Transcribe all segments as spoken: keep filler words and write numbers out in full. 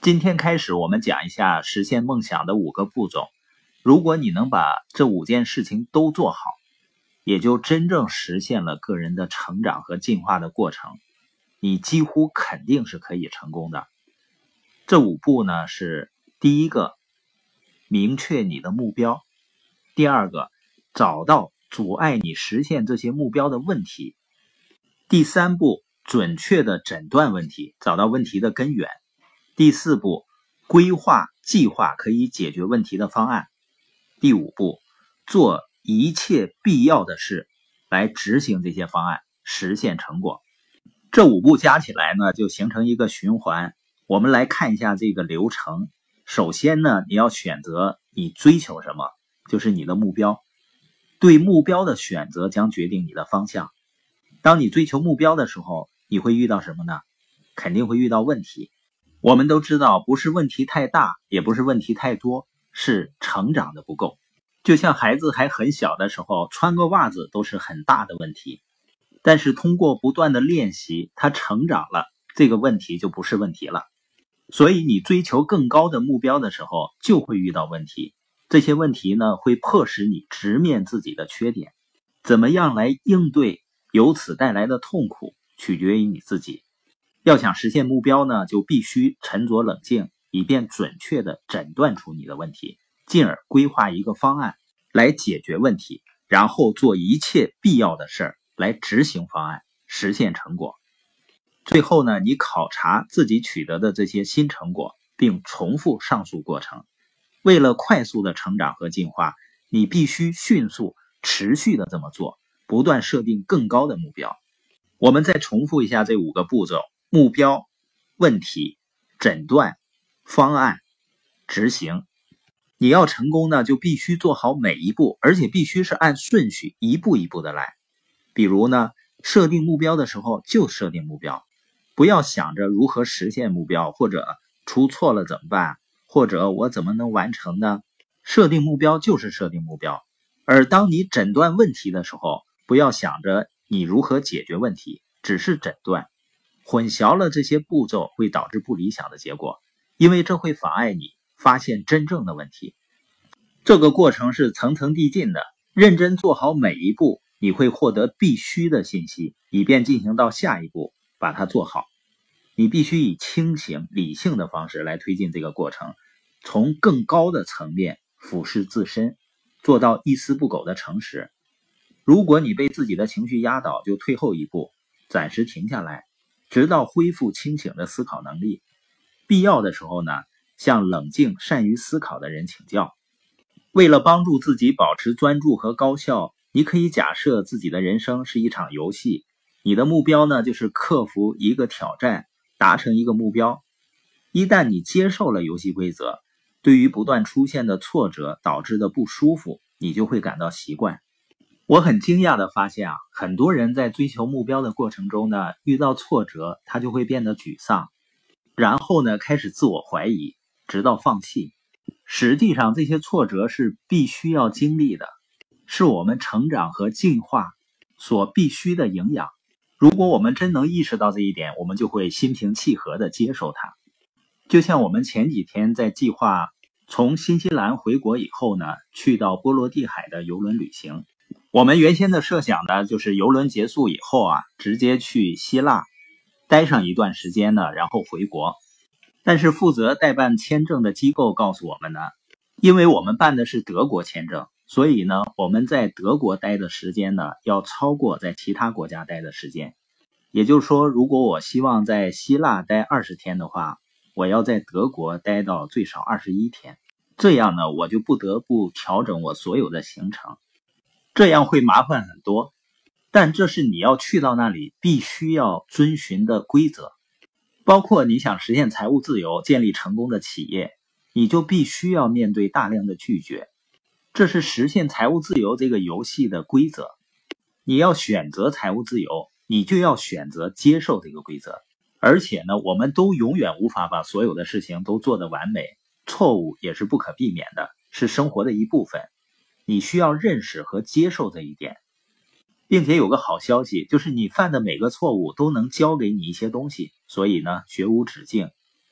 今天开始，我们讲一下实现梦想的五个步骤。如果你能把这五件事情都做好，也就真正实现了个人的成长和进化的过程，你几乎肯定是可以成功的。这五步呢是：第一个，明确你的目标；第二个，找到阻碍你实现这些目标的问题；第三步，准确的诊断问题，找到问题的根源；第四步，规划计划可以解决问题的方案；第五步，做一切必要的事来执行这些方案，实现成果。这五步加起来呢，就形成一个循环。我们来看一下这个流程。首先呢，你要选择你追求什么，就是你的目标。对目标的选择将决定你的方向。当你追求目标的时候，你会遇到什么呢？肯定会遇到问题。我们都知道，不是问题太大，也不是问题太多，是成长的不够。就像孩子还很小的时候，穿个袜子都是很大的问题。但是通过不断的练习，他成长了，这个问题就不是问题了。所以你追求更高的目标的时候，就会遇到问题。这些问题呢，会迫使你直面自己的缺点。怎么样来应对由此带来的痛苦，取决于你自己。要想实现目标呢，就必须沉着冷静，以便准确地诊断出你的问题，进而规划一个方案来解决问题，然后做一切必要的事儿来执行方案，实现成果。最后呢，你考察自己取得的这些新成果，并重复上述过程。为了快速的成长和进化，你必须迅速、持续的这么做，不断设定更高的目标。我们再重复一下这五个步骤：目标、问题、诊断、方案、执行。你要成功呢，就必须做好每一步，而且必须是按顺序一步一步的来。比如呢，设定目标的时候就设定目标，不要想着如何实现目标，或者出错了怎么办，或者我怎么能完成呢？设定目标就是设定目标。而当你诊断问题的时候，不要想着你如何解决问题，只是诊断。混淆了这些步骤会导致不理想的结果，因为这会妨碍你发现真正的问题。这个过程是层层递进的，认真做好每一步，你会获得必须的信息，以便进行到下一步，把它做好。你必须以清醒、理性的方式来推进这个过程，从更高的层面俯视自身，做到一丝不苟的诚实。如果你被自己的情绪压倒，就退后一步，暂时停下来，直到恢复清醒的思考能力。必要的时候呢，向冷静、善于思考的人请教。为了帮助自己保持专注和高效，你可以假设自己的人生是一场游戏，你的目标呢，就是克服一个挑战，达成一个目标。一旦你接受了游戏规则，对于不断出现的挫折导致的不舒服，你就会感到习惯。我很惊讶地发现啊，很多人在追求目标的过程中呢，遇到挫折，他就会变得沮丧，然后呢，开始自我怀疑，直到放弃。实际上，这些挫折是必须要经历的，是我们成长和进化所必须的营养。如果我们真能意识到这一点，我们就会心平气和地接受它。就像我们前几天在计划从新西兰回国以后呢，去到波罗的海的邮轮旅行。我们原先的设想呢，就是邮轮结束以后啊，直接去希腊待上一段时间呢，然后回国。但是负责代办签证的机构告诉我们呢，因为我们办的是德国签证，所以呢，我们在德国待的时间呢，要超过在其他国家待的时间。也就是说，如果我希望在希腊待二十天的话，我要在德国待到最少二十一天。这样呢，我就不得不调整我所有的行程，这样会麻烦很多。但这是你要去到那里必须要遵循的规则。包括你想实现财务自由，建立成功的企业，你就必须要面对大量的拒绝。这是实现财务自由这个游戏的规则。你要选择财务自由，你就要选择接受这个规则。而且呢，我们都永远无法把所有的事情都做得完美，错误也是不可避免的，是生活的一部分。你需要认识和接受这一点。并且有个好消息，就是你犯的每个错误都能教给你一些东西，所以呢，学无止境。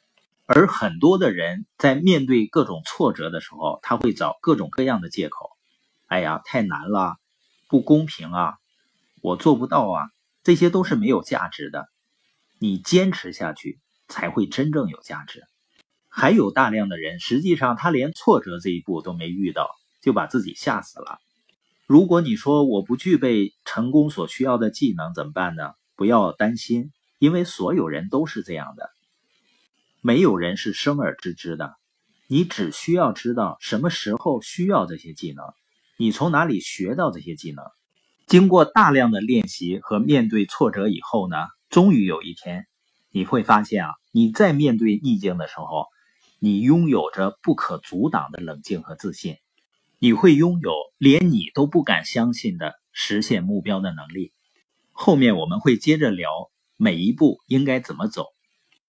而很多的人在面对各种挫折的时候，他会找各种各样的借口。哎呀，太难了，不公平啊，我做不到啊，这些都是没有价值的。你坚持下去才会真正有价值。还有大量的人，实际上他连挫折这一步都没遇到，就把自己吓死了。如果你说我不具备成功所需要的技能怎么办呢？不要担心，因为所有人都是这样的，没有人是生而知之的。你只需要知道什么时候需要这些技能，你从哪里学到这些技能。经过大量的练习和面对挫折以后呢，终于有一天你会发现啊，你在面对逆境的时候，你拥有着不可阻挡的冷静和自信，你会拥有连你都不敢相信的实现目标的能力。后面我们会接着聊每一步应该怎么走。